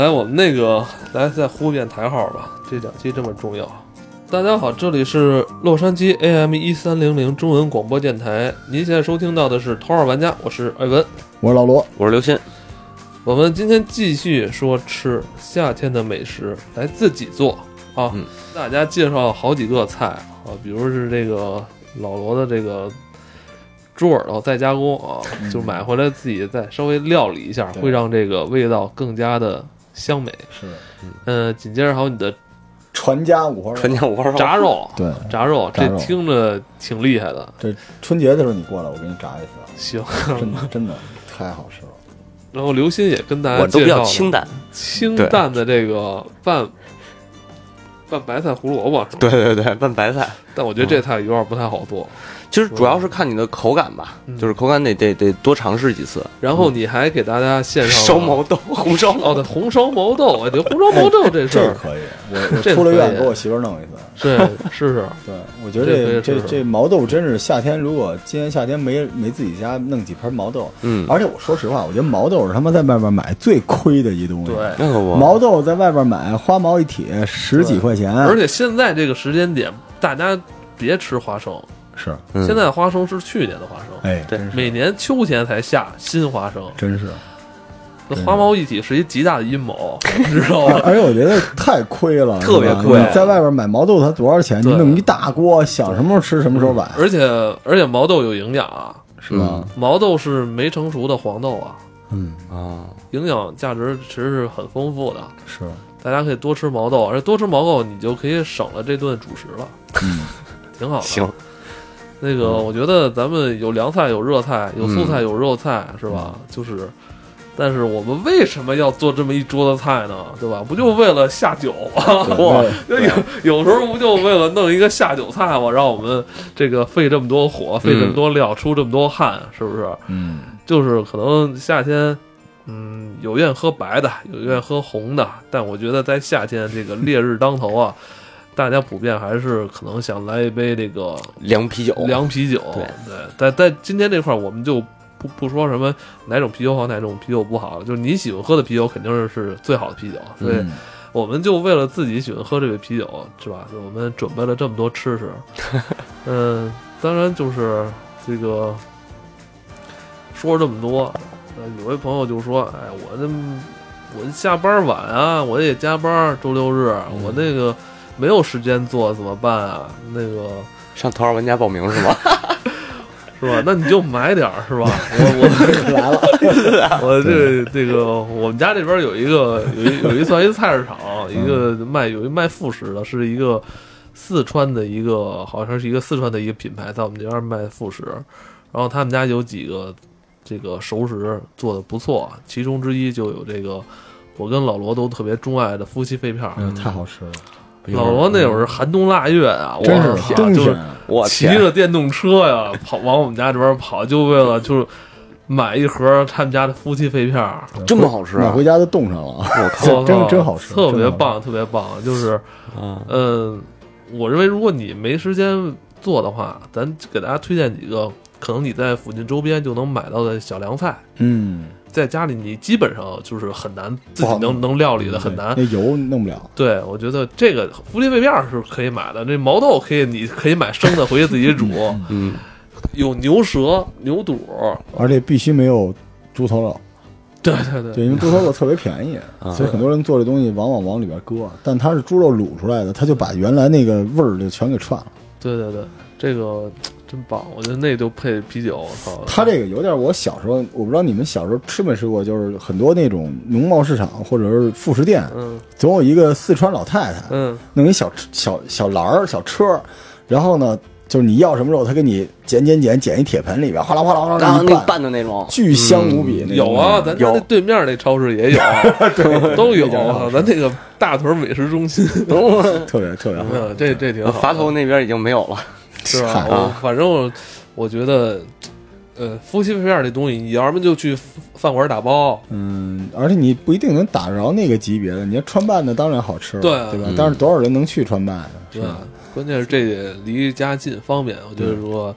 来，我们来再呼一遍台号吧，这2期这么重要。大家好，这里是洛杉矶 AM1300 中文广播电台，您现在收听到的是头号玩家，我是艾文， 我是老罗， 我是刘鑫。 我们今天继续说吃夏天的美食，来自己做啊，大家介绍好几个菜啊，比如是这个老罗的这个猪耳朵再加工啊，就买回来自己再稍微料理一下，会让这个味道更加的香美。 是， 紧接着还有你的传家五花肉， 炸肉， 对， 炸肉，这听着挺厉害的。 这春节的时候你过来，我给你炸一次。 行， 真的太好吃了。 然后刘鑫也跟大家介绍， 我都比较清淡的这个拌白菜胡萝卜，是吧？ 对，拌白菜。 但我觉得这菜有点不太好做。 其实主要是看你的口感吧，就是口感得多尝试几次。 然后你还给大家献上烧毛豆，红烧毛豆， 对，红烧毛豆，我觉得红烧毛豆这事儿可以，我出了院给我媳妇弄一次。 是， 对，我觉得这毛豆真是夏天，如果今年夏天没自己家弄几盆毛豆，而且我说实话，我觉得毛豆是他妈在外边买最亏的一东西。 对， 那可不， 毛豆在外边买花毛一铁10几块钱， 而且现在这个时间点，大家别吃花生。 是， 现在花生是去年的花生， 哎，对， 每年秋天才下新花生， 真是。 那花毛一体是一极大的阴谋，你知道吗？ 而且我觉得太亏了， 特别亏。 在外边买毛豆，它多少钱？你弄一大锅，想什么时候吃什么时候买。 而且毛豆有营养啊， 是吧？ 毛豆是没成熟的黄豆啊，营养价值其实是很丰富的。 是， 大家可以多吃毛豆，而且多吃毛豆，你就可以省了这顿主食了。挺好的。 行。 那个，我觉得咱们有凉菜，有热菜，有素菜，有肉菜，是吧？就是，但是我们为什么要做这么一桌子菜呢？对吧？不就为了下酒吗？有时候不就为了弄一个下酒菜吗？让我们这个费这么多火，费这么多料，出这么多汗，是不是？就是可能夏天，有愿喝白的，有愿喝红的，但我觉得在夏天这个烈日当头啊。大家普遍还是可能想来一杯这个凉啤酒。 对，在今天这块我们就不说什么哪种啤酒好，哪种啤酒不好，就是你喜欢喝的啤酒肯定是最好的啤酒，所以我们就为了自己喜欢喝这个啤酒，是吧？我们准备了这么多吃食。当然就是这个说这么多，有位朋友就说：“哎，我下班晚啊，我也加班，周六日，我那个。”没有时间做怎么办啊？那个上头号玩家报名是吗？ 是吧？那你就买点是吧？我来了， 我这个我们家这边有一算一菜市场，有一卖副食的，是一个四川的一个，好像是一个四川的一个品牌，在我们这边卖副食。然后他们家有几个这个熟食做的不错，其中之一就有这个我跟老罗都特别钟爱的夫妻肺片， 太好吃了。 老罗那会儿是寒冬腊月啊， 真是冬天， 我骑着电动车呀，往我们家这边跑，就为了就是买一盒他们家的夫妻肺片， 这么好吃， 买回家都冻上了。我靠，真好吃， 特别棒，特别棒。就是，我认为如果你没时间做的话，咱给大家推荐几个，可能你在附近周边就能买到的小凉菜。在家里你基本上就是很难自己能料理的，很难， 那油弄不了。 对，我觉得这个夫妻肺片是可以买的，这毛豆你可以买生的回去自己煮。有牛舌、牛肚， 而且必须没有猪头肉。 对， 因为猪头肉特别便宜，所以很多人做这东西往里边搁，但它是猪肉卤出来的，它就把原来那个味儿就全给串了。 对，这个。真棒，我觉得那就配啤酒。 它这个有点我小时候，我不知道你们小时候吃没吃过，就是很多那种农贸市场或者是副食店，总有一个四川老太太，弄一小篮儿小车，然后呢，就是你要什么肉，他给你剪一铁盆里边，哗啦哗啦然后那拌的那种， 巨香无比。 有啊，咱家那对面那超市也有，都有。咱那个大屯美食中心特别好， 这挺好。 垡头那边已经没有了。 是吧？反正我觉得，夫妻肺片这东西，你要么就去饭馆打包， 而且你不一定能打着那个级别的。你要川拌的当然好吃了，对吧？但是多少人能去川拌的？ 对，关键是这离家近方便。我觉得说，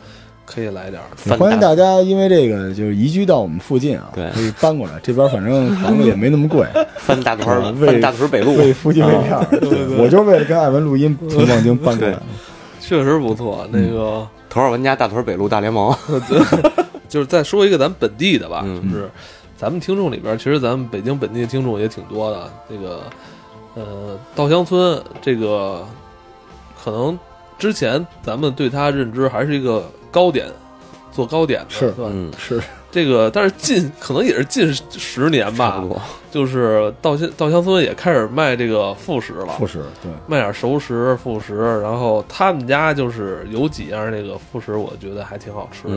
可以来点。 欢迎大家，因为这个就是移居到我们附近啊， 对， 可以搬过来。这边反正房子也没那么贵， 翻大屯北路， 为附近为片儿。我就是为了跟艾文录音，从望京搬过来。 确实不错，那个头号玩家大屯北路大联盟。 就是再说一个咱们本地的吧，就是咱们听众里边，其实咱们北京本地的听众也挺多的。这个稻香村这个可能之前咱们对它认知还是一个糕点，做糕点的， 是吧？ 是这个，但是可能也是近10年吧，就是稻香村也开始卖这个副食了， 副食对， 卖点熟食副食，然后他们家就是有几样那个副食，我觉得还挺好吃的。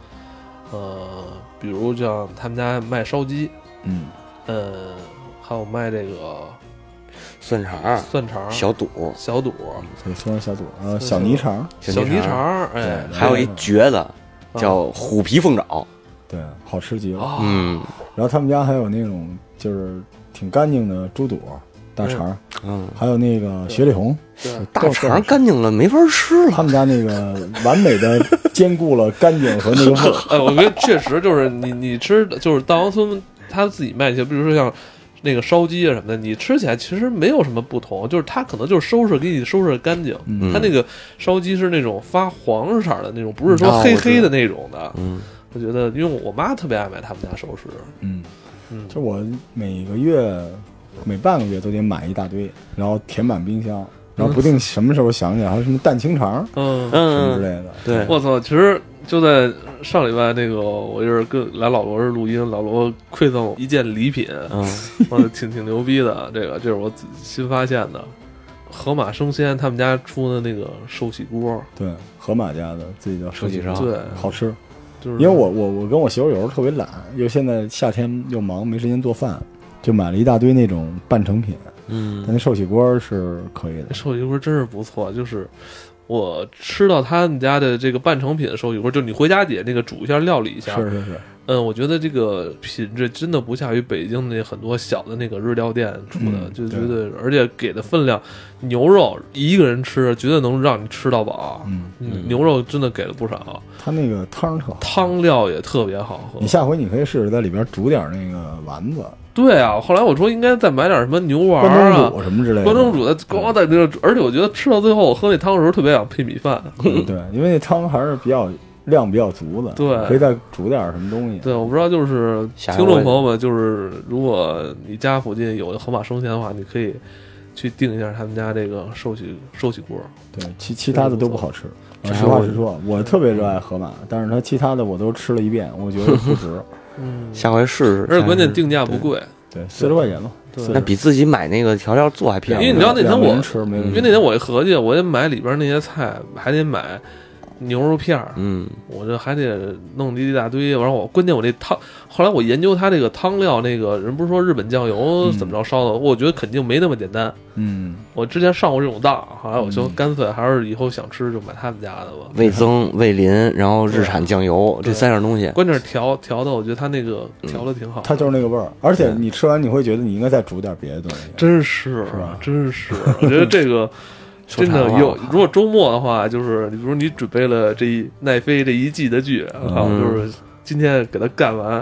比如像他们家卖烧鸡，还有卖这个蒜肠、小肚， 对，蒜肠小肚，小泥肠， 哎， 还有一绝的叫虎皮凤爪， 对，好吃极了。然后他们家还有那种就是挺干净的猪肚、大肠，还有那个雪里红， 大肠干净了没法吃了。 他们家那个完美的兼顾了干净和那个味儿。 哎，我觉得确实就是你吃就是稻香村他自己卖一些，比如说像那个烧鸡啊什么的，你吃起来其实没有什么不同，就是他可能就是给你收拾干净。他那个烧鸡是那种发黄色的那种，不是说黑黑的那种的。我觉得因为我妈特别爱买他们家熟食。 就我每半个月都得买一大堆，然后填满冰箱，然后不定什么时候想起来，还有什么蛋清肠，什么之类的。 对， 我操，其实就在上礼拜那个，我就是跟来老罗这录音，老罗馈赠一件礼品，挺牛逼的。这是我新发现的，河马生鲜他们家出的那个寿喜锅， 对，河马家的自己叫寿喜烧， 对， 好吃。因为我跟我媳妇有时候特别懒，又现在夏天又忙，没时间做饭，就买了一大堆那种半成品。但那寿喜锅是可以的， 寿喜锅真是不错。就是我吃到他们家的这个半成品的寿喜锅，就你回家得那个煮一下料理一下， 是。 我觉得这个品质真的不下于北京那很多小的那个日料店出的，就觉得而且给的分量，牛肉一个人吃绝对能让你吃到饱。牛肉真的给了不少。 他那个汤特好， 汤料也特别好喝。 你下回你可以试试在里边煮点那个丸子。 对啊，后来我说应该再买点什么牛丸关东煮什么之类的， 关东煮的光在那个，而且我觉得吃到最后我喝那汤的时候特别想配米饭。 对，因为那汤还是量比较足的， 对， 可以再煮点什么东西。 对，我不知道，就是听众朋友们，就是如果你家附近有河马生鲜的话，你可以去订一下他们家这个寿喜锅。 对，其他的都不好吃。实话实说，我特别热爱河马，但是它其他的我都吃了一遍，我觉得不值。 下回试试。 而且关键定价不贵， 对，40块钱吧。 那比自己买那个调料做还便宜。 因为你知道那天因为那天我一合计，我得买里边那些菜，还得买牛肉片儿，我这还得弄一大堆，完了关键我这汤，后来我研究它这个汤料，那个人不是说日本酱油怎么着烧的，我觉得肯定没那么简单。我之前上过这种当，后来我就干脆还是以后想吃就买他们家的吧。 味增、味淋，然后日产酱油这3样东西， 关键是调的，我觉得他那个调的挺好， 它就是那个味儿，而且你吃完你会觉得你应该再煮点别的东西。 真是吧？ 真是，我觉得这个。真的有，如果周末的话，就是比如你准备了奈飞这一季的剧，就是今天给它干完，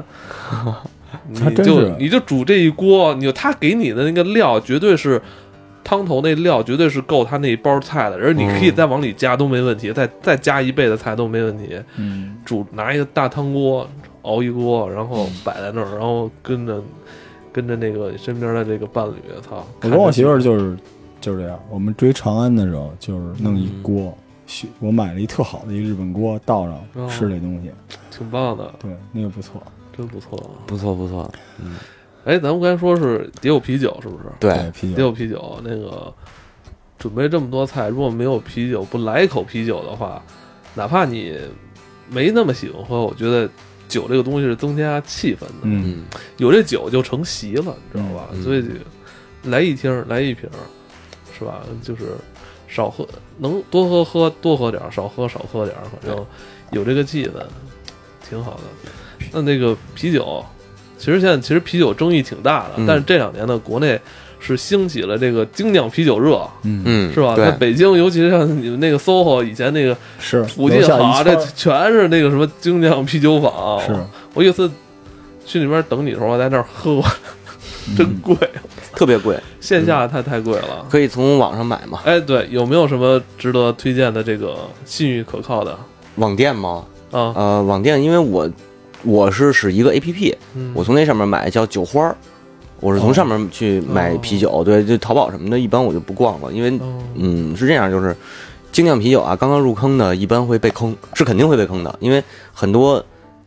你就煮这一锅，他给你的那个料绝对是汤头，那料绝对是够他那一包菜的，而你可以再往里加都没问题，再加一倍的菜都没问题。拿一个大汤锅熬一锅，然后摆在那儿，然后跟着那个身边的这个伴侣，操！ 我跟我媳妇儿就是这样，我们追长安的时候就是弄一锅，我买了一特好的一日本锅，倒上吃这东西， 挺棒的。 对，那个不错， 真不错， 不错。 哎，咱们刚才说是得有啤酒，是不是？ 对， 得有啤酒。那个准备这么多菜，如果没有啤酒，不来一口啤酒的话，哪怕你没那么喜欢喝，我觉得酒这个东西是增加气氛的。有这酒就成席了，你知道吧？所以来一听，来一瓶。是吧？就是少喝，能多喝点，少喝点，反正有这个气氛，挺好的。那个啤酒，其实啤酒争议挺大的，但是这2年呢，国内是兴起了这个精酿啤酒热，是吧？ 在北京，尤其是像你们那个 SOHO 以前那个是附近好，这全是那个什么精酿啤酒坊。 是我有一次去那边等你的时候，我在那儿喝过，真贵， 特别贵， 线下太贵了。 可以从网上买嘛？ 哎，对，有没有什么值得推荐的这个信誉可靠的网店吗？ 啊， 网店，因为我是使一个 APP，我从那上面买叫酒花。我是从上面去买啤酒，对，就淘宝什么的，一般我就不逛了，因为，是这样，就是精酿啤酒啊，刚刚入坑的，一般会被坑，是肯定会被坑的，因为很多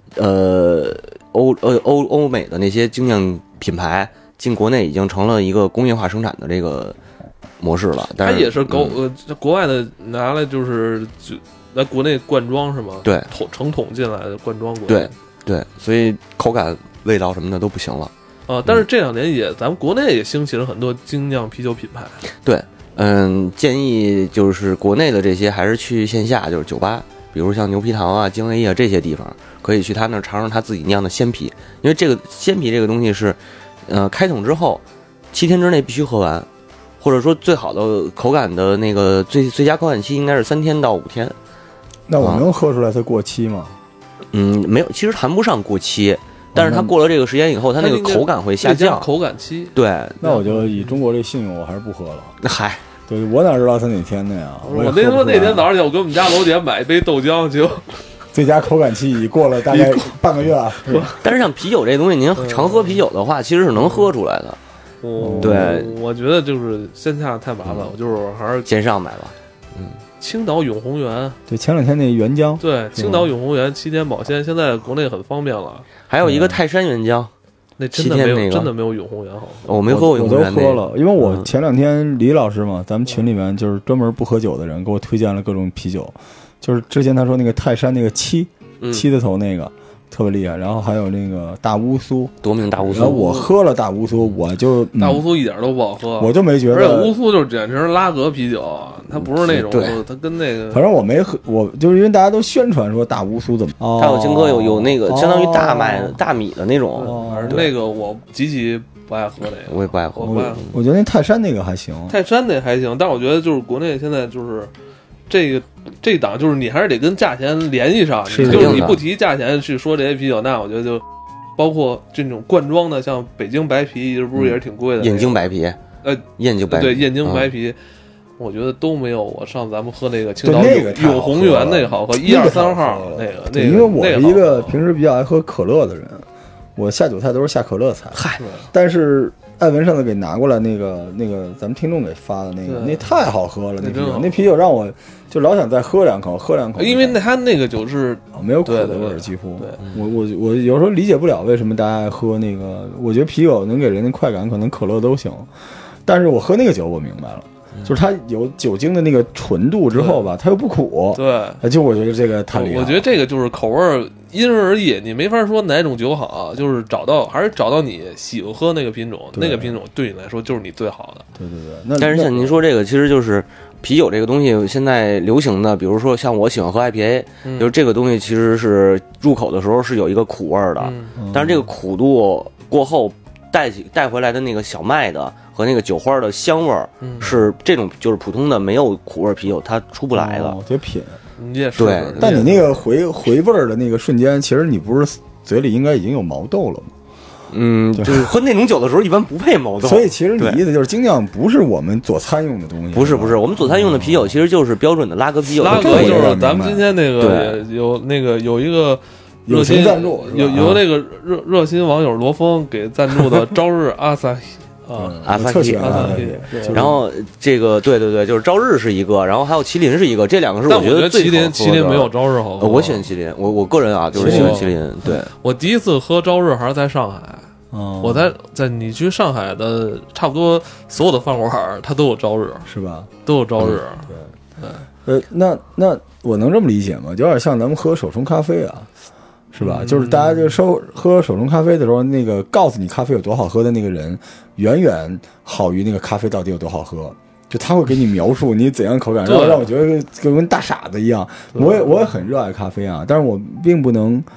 欧美的那些精酿品牌进国内已经成了一个工业化生产的这个模式了，但是它也是国外的拿来就是来国内灌装是吗？ 对， 成桶进来的灌装过来， 对，所以口感、味道什么的都不行了。 但是这2年咱们国内也兴起了很多精酿啤酒品牌。 对，建议就是国内的这些还是去线下，就是酒吧，比如像牛皮糖啊、京 A 啊这些地方，可以去他那儿尝尝他自己酿的鲜啤，因为这个鲜啤这个东西是，开桶之后7天之内必须喝完，或者说最好的口感的那个最佳口感期应该是3天到5天。 那我能喝出来它过期吗？ 没有，其实谈不上过期。但是它过了这个时间以后，它那个口感会下降， 口感期。 对， 那我就以中国这信用，我还是不喝了。 嗨， 对我哪知道它哪天的呀？ 我那天早上起来，我给我们家楼姐买一杯豆浆，就最佳口感期已过了大概半个月啊。 但是像啤酒这东西，您常喝啤酒的话，其实是能喝出来的。对， 我觉得就是线下太麻烦，我就是还是线上买吧。 青岛永红源， 对，前2天那原浆， 对，青岛永红源7天保鲜，现在国内很方便了。 还有一个泰山原浆， 那真的没有，真的没有永红源好。 我没喝过永红源， 我都喝了，因为我前2天李老师嘛，咱们群里面就是专门不喝酒的人，给我推荐了各种啤酒，就是之前他说那个泰山那个七的头那个。特别厉害，然后还有那个大乌苏， 夺命大乌苏。 然后我喝了大乌苏，我就大乌苏一点都不好喝， 我就没觉得。 而且乌苏就是简直是拉格啤酒，它不是那种，它跟那个。 反正我没喝，我就是因为大家都宣传说大乌苏怎么， 还有金哥有那个相当于大米的那种， 反正那个我极其不爱喝那个， 我也不爱喝。 我觉得那泰山那个还行， 泰山那还行，但我觉得就是国内现在就是这档就是你还是得跟价钱联系上，就是你不提价钱去说这些啤酒，那我觉得就包括这种罐装的，像北京白啤，是不是也是挺贵的？ 燕京白啤，燕京白啤， 对，燕京白啤，我觉得都没有我上咱们喝那个青岛永红源那个好喝，1、2、3号那个。 因为我是一个平时比较爱喝可乐的人，我下酒菜都是下可乐菜。 嗨， 但是艾文上次给拿过来那个咱们听众给发的那太好喝了，那啤酒让我就老想再喝两口， 因为他那个酒是没有苦的味儿，几乎。我有时候理解不了为什么大家爱喝那个，我觉得啤酒能给人的快感，可能可乐都行，但是我喝那个酒我明白了。就是它有酒精的那个纯度之后吧，它又不苦。 对， 就我觉得这个太厉害了。 我觉得这个就是口味因人而异，你没法说哪种酒好，就是还是找到你喜欢喝那个品种，那个品种对你来说就是你最好的。 对。 但是像您说这个，其实就是啤酒这个东西现在流行的，比如说像我喜欢喝 IPA，就是这个东西其实是入口的时候是有一个苦味的，但是这个苦度过后带回来的那个小麦的和那个酒花的香味儿，是这种就是普通的没有苦味啤酒它出不来的。 我觉得品， 你也是。 对， 但你那个回味儿的那个瞬间，其实你不是嘴里应该已经有毛豆了吗？ 就是喝那种酒的时候一般不配毛豆。 所以其实你意思就是精酿不是我们佐餐用的东西。 不是，我们佐餐用的啤酒其实就是标准的拉格啤酒。 拉格就是咱们今天那个有一个。热心赞助有那个热心网友罗峰给赞助的朝日阿萨阿萨希，然后这个对，就是朝日是一个，然后还有麒麟是一一个，这两个是我觉得最好喝的。 麒麟没有朝日好喝。 我喜欢麒麟，我个人啊就是喜欢麒麟。对， 我第一次喝朝日还是在上海。我在你去上海的差不多所有的饭馆，它都有朝日， 是吧？ 都有朝日。 对。那我能这么理解吗？有点像咱们喝手冲咖啡啊。是吧？就是大家就喝手冲咖啡的时候，那个告诉你咖啡有多好喝的那个人，远远好于那个咖啡到底有多好喝。就他会给你描述你怎样口感，然后让我觉得跟大傻子一样。我也很热爱咖啡啊，但是我并不能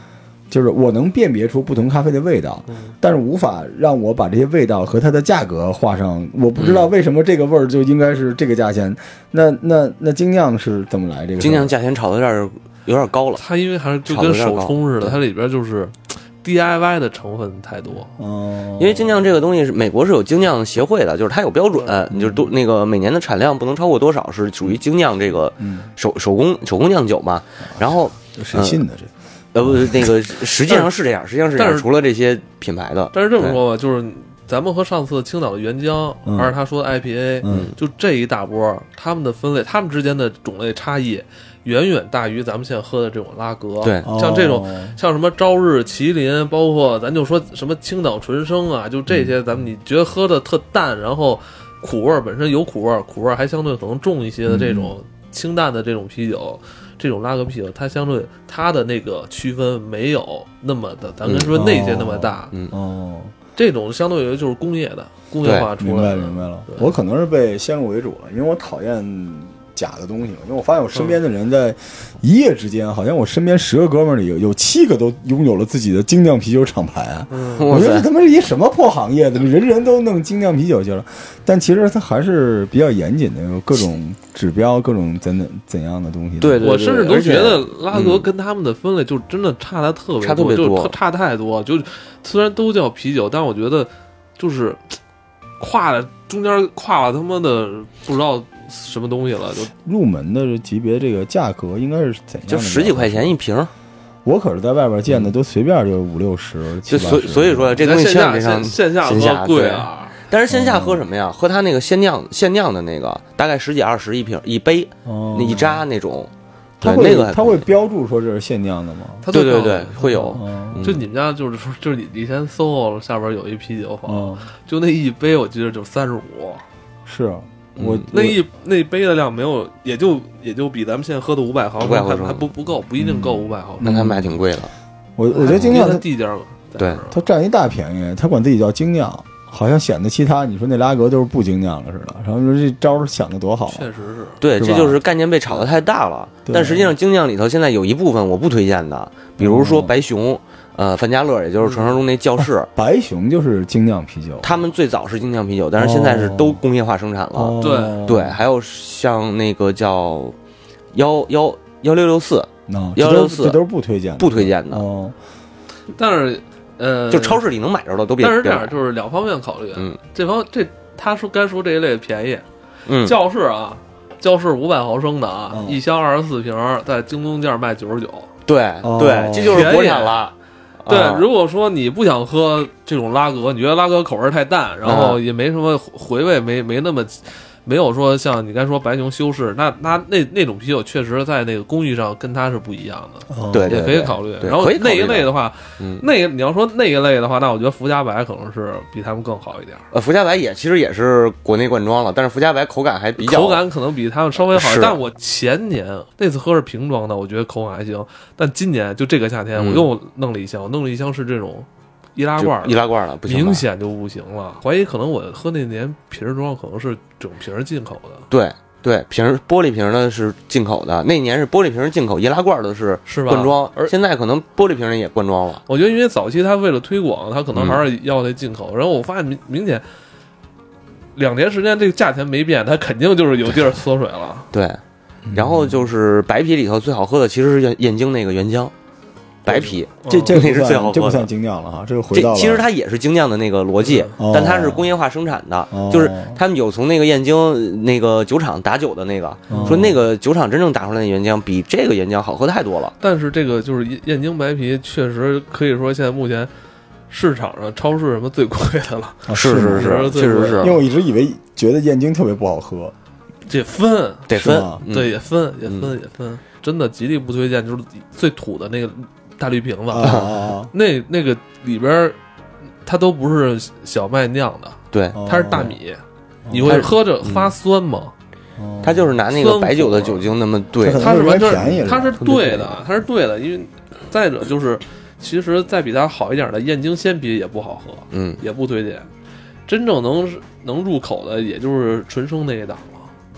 就是我能辨别出不同咖啡的味道，但是无法让我把这些味道和它的价格画上。我不知道为什么这个味儿就应该是这个价钱。那精酿是怎么来？这个精酿价钱炒的有点高了。 它因为还是就跟手冲似的，它里边就是 DIY 的成分太多。 因为精酿这个东西是美国是有精酿协会的，就是它有标准，就是那个每年的产量不能超过多少，是属于精酿这个手工酿酒嘛。然后谁信的这？ 不，那个实际上是这样，但是除了这些品牌的， 但是这么说吧，就是咱们和上次青岛的原浆，还是他说的 IPA，就这一大波，他们的分类，他们之间的种类差异远远大于咱们现在喝的这种拉格。 对， 像这种像什么朝日、麒麟，包括咱就说什么青岛纯生啊，就这些，咱们你觉得喝的特淡，然后苦味本身有苦味还相对可能重一些的这种清淡的这种啤酒。这种拉格啤酒，它相对它的那个区分没有那么的，咱跟说内些那么大。这种相对于就是工业化出来的。 明白了。我可能是被先入为主了，因为我讨厌假的东西，因为我发现我身边的人在一夜之间，好像我身边10个哥们儿里有7个都拥有了自己的精酿啤酒厂牌。我觉得他妈是一什么破行业的，人人都弄精酿啤酒去了。但其实它还是比较严谨的，有各种指标，各种怎样的东西。 对， 我甚至都觉得拉格跟他们的分类就真的差得特别多，就差太多。就虽然都叫啤酒，但我觉得就是中间跨了他妈的不知道什么东西了。就入门的级别，这个价格应该是怎样的？ 就10几块钱一瓶。 我可是在外边见的，都随便就50、60。 就所以说这东西千万别上线下喝贵啊。 但是线下喝什么呀？喝它那个现酿的那个，大概10几20一瓶一杯，那一扎那种。 它会标注说这是现酿的吗？ 对，会有。 就你们家就是你先搜下边有一啤酒房，就那一杯我记得就35。 是我那杯的量没有，也就比咱们现在喝的500毫升还不够，不一定够500毫升。 那他卖挺贵了。 我觉得精酿它地价嘛， 对， 它占一大便宜，它管自己叫精酿。好像显得其他你说那拉格都是不精酿了似的，然后说这招想的多好。 确实是。 对，这就是概念被炒得太大了。但实际上精酿里头现在有一部分我不推荐的，比如说白熊，范家乐，也就是传说中那教室。 白熊就是精酿啤酒， 他们最早是精酿啤酒，但是现在是都工业化生产了。对，还有像那个叫1664， 这都是不推荐的。 但是。 就超市里能买着的都别。 但是这样就是两方面考虑。他说该说这一类便宜。教室500毫升的啊，一箱24瓶，在京东店卖99。 对，这就是国产了。 对，如果说你不想喝这种拉格，你觉得拉格口味太淡，然后也没什么回味，没那么。没有说像你刚才说白熊修饰，那种啤酒确实在那个工艺上跟它是不一样的。 对， 也可以考虑。然后那一类的话，你要说那一类的话，那我觉得福加白可能是比他们更好一点。 福加白其实也是国内灌装了，但是福加白口感还比较， 口感可能比他们稍微好。但我前年那次喝是瓶装的，我觉得口感还行。但今年就这个夏天，我又弄了一箱，是这种。易拉罐的不行， 明显就不行了。怀疑可能我喝那年瓶装可能是这种瓶进口的。对，玻璃瓶的是进口的，那年是玻璃瓶进口，易拉罐的是灌装，而现在可能玻璃瓶的也灌装了。 我觉得因为早期他为了推广，他可能还是要那进口。然后我发现明显2年时间这个价钱没变，它肯定就是有地儿缩水了。 对，然后就是白啤里头最好喝的其实是燕京那个原浆。白啤， 这是最好喝的， 这不算精酿了哈，这个回到了。 其实它也是精酿的那个逻辑，但它是工业化生产的，就是他们有从那个燕京那个酒厂打酒的那个，说那个酒厂真正打出来的原浆比这个原浆好喝太多了。 但是这个就是燕京白啤，确实可以说现在目前市场上超市什么最贵的了。 是，确实是。 因为我一直觉得燕京特别不好喝， 得分， 对， 也分，真的极力不推荐，就是最土的那个。大绿瓶子那个里边它都不是小麦酿的， 对， 它是大米，你会喝着发酸吗？ 它就是拿那个白酒的酒精那么兑， 它是完全它是对的，因为再者就是其实再比它好一点的燕京鲜啤也不好喝，也不推荐。真正能入口的也就是纯生那一档了。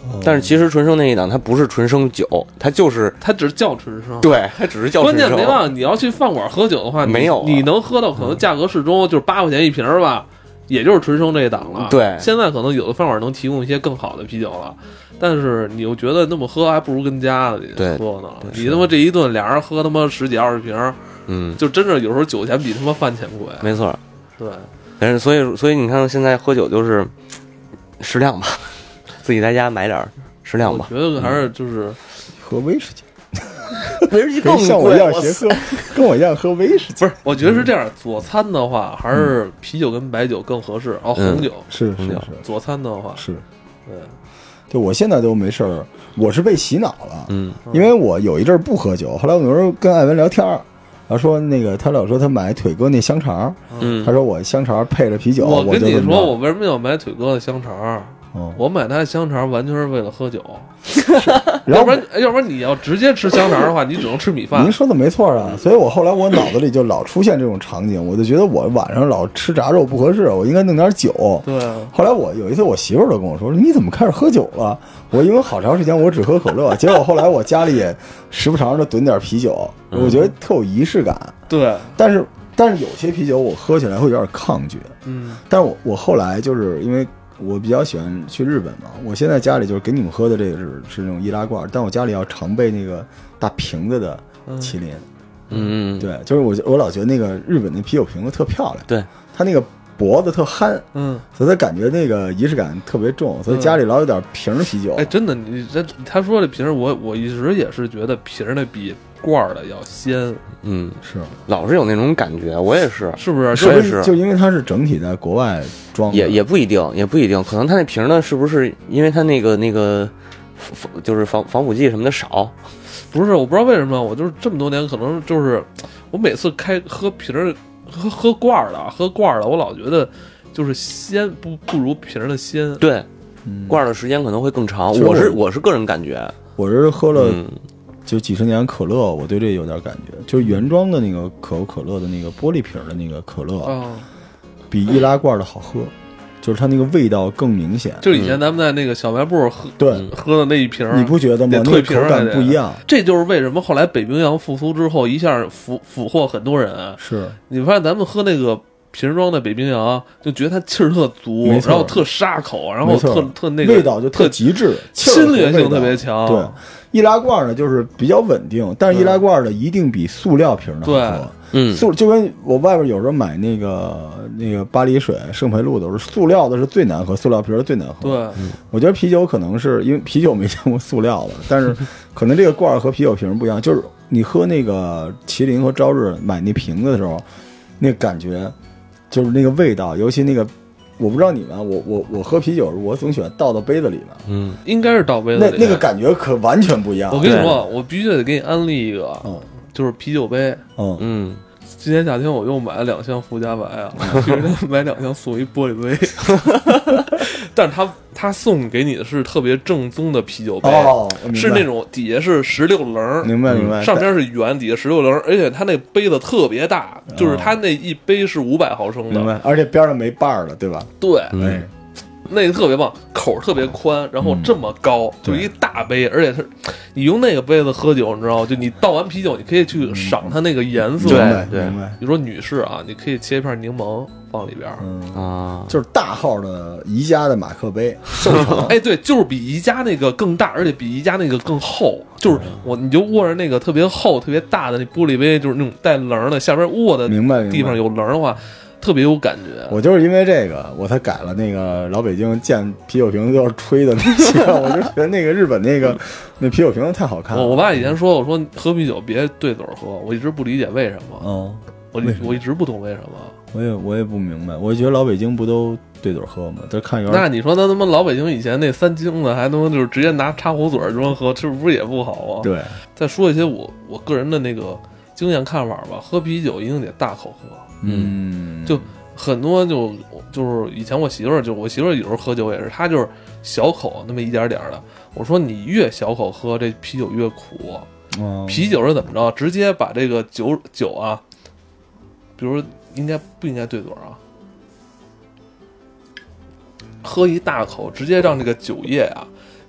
但是其实纯生那一档它不是纯生酒，它只是叫纯生， 对，它只是叫纯生。 关键没办法，你要去饭馆喝酒的话， 没有你能喝到可能价格适中，就是8块钱一瓶吧，也就是纯生这一档了。 对， 现在可能有的饭馆能提供一些更好的啤酒了，但是你又觉得那么喝还不如跟家里喝呢。你他妈这一顿俩人喝他妈10几20瓶，就真是有时候酒钱比他妈饭钱贵。 没错， 对。 但是所以你看现在喝酒就是适量吧，自己在家买点适量吧。 我觉得还是就是喝威士忌。 威士忌更贵， 像我一样学喝，跟我一样喝威士忌。 不是，我觉得是这样。佐餐的话，还是啤酒跟白酒更合适。红酒是佐餐的话是，对，我现在都没事儿，我是被洗脑了。因为我有一阵儿不喝酒，后来我有时候跟艾文聊天，然后说那个他老说他买腿哥那香肠，他说我香肠配着啤酒。 我跟你说，我为什么要买腿哥的香肠？我买他的香肠完全是为了喝酒，要不然你要直接吃香肠的话，你只能吃米饭。 您说的没错啊，所以我后来我脑子里就老出现这种场景，我就觉得我晚上老吃炸肉不合适，我应该弄点酒。 对。 后来我有一次我媳妇儿都跟我说：“你怎么开始喝酒了？”我因为好长时间我只喝可乐，结果后来我家里也时不常的囤点啤酒，我觉得特有仪式感。 对。 但是有些啤酒我喝起来会有点抗拒。但是我后来就是因为我比较喜欢去日本嘛，我现在家里就是给你们喝的这个是那种易拉罐，但我家里要常备那个大瓶子的麒麟。对，就是我老觉得那个日本那啤酒瓶子特漂亮， 对， 它那个脖子特憨，所以他感觉那个仪式感特别重，所以家里老有点瓶啤酒。 哎，真的，他说这瓶我一直也是觉得瓶的比罐的要鲜。 是老是有那种感觉，我也是， 是不是？ 就因为它是整体在国外装的， 也不一定，可能它那瓶呢，是不是因为它那个就是防腐剂什么的少？ 不是，我不知道为什么，我就是这么多年，可能就是我每次喝瓶喝罐的，我老觉得就是鲜不如瓶的鲜。 对，罐的时间可能会更长。我是个人感觉， 我是喝了。就几十年可乐，我对这有点感觉，就是原装的那个可口可乐的那个玻璃瓶的那个可乐，比易拉罐的好喝，就是它那个味道更明显。 就以前咱们在那个小卖部喝的那一瓶， 你不觉得吗？那个口感不一样。 这就是为什么后来北冰洋复苏之后，一下俘获很多人。 是你发现咱们喝那个瓶装的北冰洋，就觉得它气儿特足，然后特沙口，然后特那个味道就特极致， 侵略性特别强。 对。易拉罐呢，就是比较稳定，但是易拉罐呢，一定比塑料瓶的好喝。就跟我外边有时候买那个巴黎水、圣培露都是塑料的，是最难喝，塑料瓶的最难喝。 对， 我觉得啤酒可能是因为啤酒没见过塑料的，但是可能这个罐和啤酒瓶不一样。就是你喝那个麒麟和朝日买那瓶子的时候，那感觉就是那个味道，尤其那个。我不知道你们，我喝啤酒，我总喜欢倒到杯子里面。 应该是倒杯子里。 那个感觉可完全不一样。 我跟你说，我必须得给你安利一个，就是啤酒杯。今年夏天我又买了2箱福加白啊，别人买2箱送一玻璃杯，但是他送给你的是特别正宗的啤酒杯，是那种底下是16棱， 明白， 上边是圆，底下16棱，而且他那杯子特别大，就是他那一杯是500毫升的， 明白，而且边上没把的，对吧？ 对，那个特别棒，口特别宽，然后这么高，就一大杯，而且你用那个杯子喝酒，你知道吗？就你倒完啤酒，你可以去赏它那个颜色。 对， 比如说女士啊，你可以切一片柠檬放里边， 就是大号的宜家的马克杯， 哎，对，就是比宜家那个更大，而且比宜家那个更厚，就是你就握着那个特别厚、特别大的那玻璃杯，就是那种带棱的，下边握的地方有棱的话。特别有感觉， 我就是因为这个，我才改了那个老北京见啤酒瓶都要吹的那些，我就觉得那个日本那啤酒瓶子太好看了。 我爸以前说，我说喝啤酒别对嘴喝，我一直不理解为什么。我一直不懂为什么。 我也不明白，我觉得老北京不都对嘴喝吗？这看那你说他妈老北京以前那3斤子还能就是直接拿插壶嘴装喝，是不是也不好啊？ 对。 再说一些我个人的那个经验看法吧，喝啤酒一定得大口喝。就很多就是以前我媳妇儿有时候喝酒也是，她就是小口那么一点点的。我说你越小口喝，这啤酒越苦。啤酒是怎么着？直接把这个酒啊，比如不应该对嘴啊？喝一大口，直接让这个酒液啊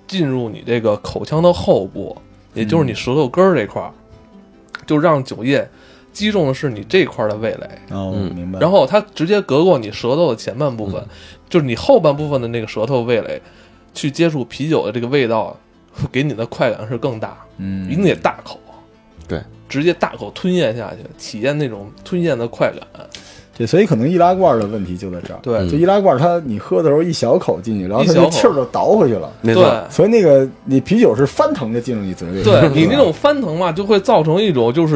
进入你这个口腔的后部，也就是你舌头根儿这块儿，就让酒液击中的是你这块的味蕾。 哦，明白。 然后它直接隔过你舌头的前半部分，就是你后半部分的那个舌头味蕾，去接触啤酒的这个味道，给你的快感是更大。一定得大口， 对， 直接大口吞咽下去，体验那种吞咽的快感。 对，所以可能易拉罐的问题就在这儿。 对， 就易拉罐你喝的时候一小口进去，然后它那气儿就倒回去了。 没错。 所以那个你啤酒是翻腾的进入你嘴里。 对你那种翻腾嘛，就会造成一种就是，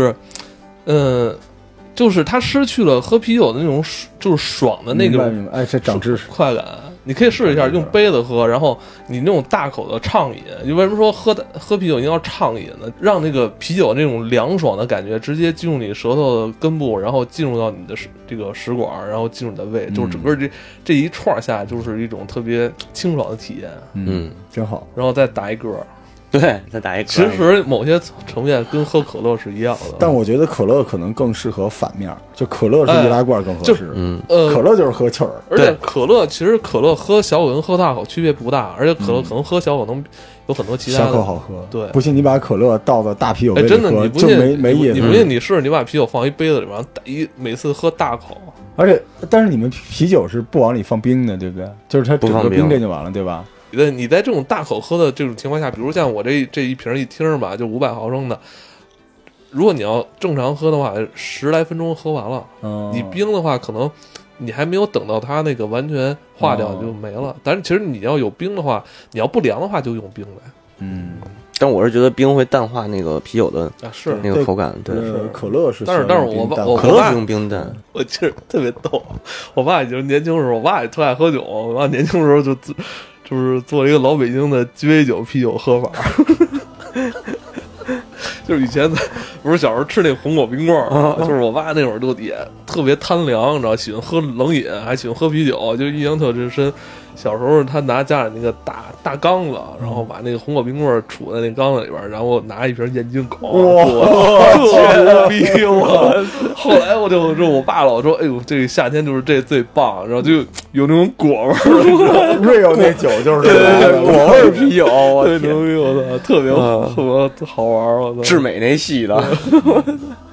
就是它失去了喝啤酒的那种就是爽的那种。 哎，这长知识快感。你可以试一下用杯子喝，然后你那种大口的畅饮。你为什么说喝啤酒一定要畅饮呢？让那个啤酒那种凉爽的感觉直接进入你舌头的根部，然后进入到你的这个食管，然后进入你的胃，就是整个这一串下就是一种特别清爽的体验。 真好。 然后再打一嗝。 对，再打一嗝。 其实某些层面跟喝可乐是一样的， 但我觉得可乐可能更适合反面，就可乐是易拉罐更合适。可乐就是喝气儿， 而且其实可乐喝小口跟喝大口区别不大，而且可乐可能喝小口能有很多其他的。 小口好喝， 对， 不信你把可乐倒到大啤酒杯里喝， 真的你不信没意思。 你不信你试试，你把啤酒放一杯子里边，每次喝大口。 但是你们啤酒是不往里放冰的，对不对？就是它整个冰镇就完了，对吧？ 你在这种大口喝的这种情况下，比如像我这一瓶一听吧，就500毫升的，如果你要正常喝的话，10来分钟喝完了。你冰的话，可能你还没有等到它那个完全化掉就没了。但是其实你要有冰的话，你要不凉的话就用冰呗。 但我是觉得冰会淡化那个啤酒的是那个口感。对， 可乐是， 但是我可乐是用冰淡。 我记得特别逗，我爸就是年轻时候，我爸也特爱喝酒。我爸年轻时候就是做一个老北京的鸡尾酒啤酒喝法，就是以前不是小时候吃那红果冰棍就是我爸那会儿就也特别贪凉，你知道，喜欢喝冷饮，还喜欢喝啤酒，就印象特别深。小时候他拿家里那个大缸子，然后把那个红果冰棍杵在那缸子里边，然后拿一瓶燕京口，牛逼！后来我我爸老说，哎呦，这个夏天就是这最棒，然后就有那种果味儿。 瑞欧那酒就是果味啤酒， 特牛逼！我操，特别好玩，我操， 智美那系的。